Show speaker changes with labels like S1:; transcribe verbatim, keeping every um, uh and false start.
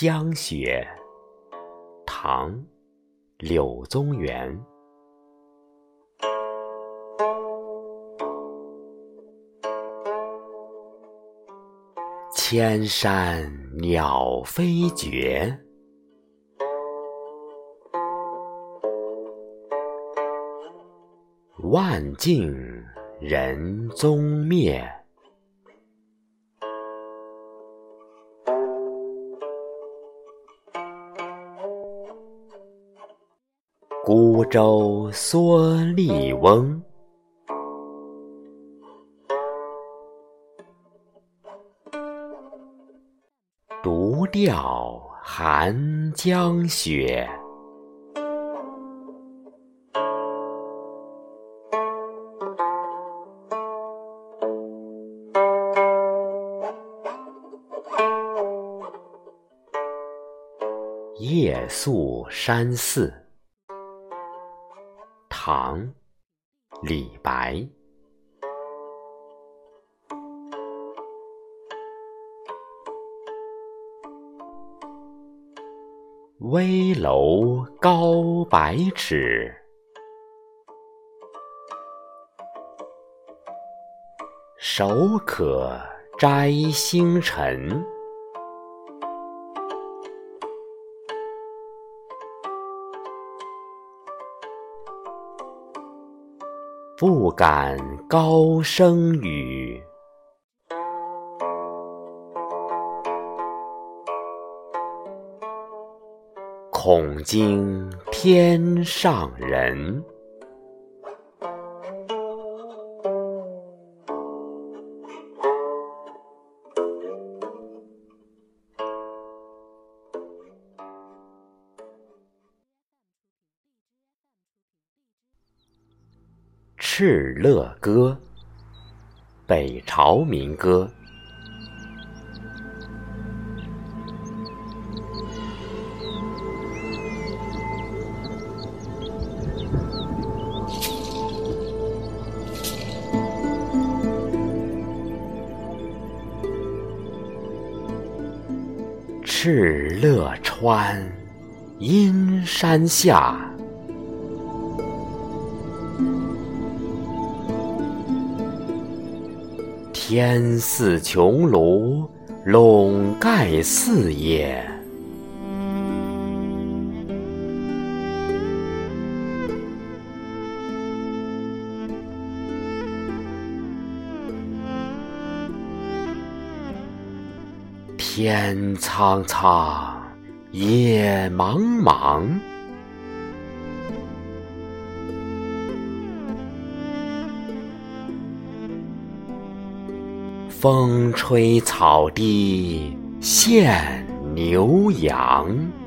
S1: 江雪》唐·柳宗元。千山鸟飞绝，万径人踪灭。孤舟蓑笠翁，独钓寒江雪。夜宿山寺，唐·李白。危楼高百尺，手可摘星辰。不敢高声语，恐惊天上人。《敕勒歌》，北朝民歌。敕勒川，阴山下。天似穹庐，笼盖四野。天苍苍，野茫茫。风吹草低见牛羊。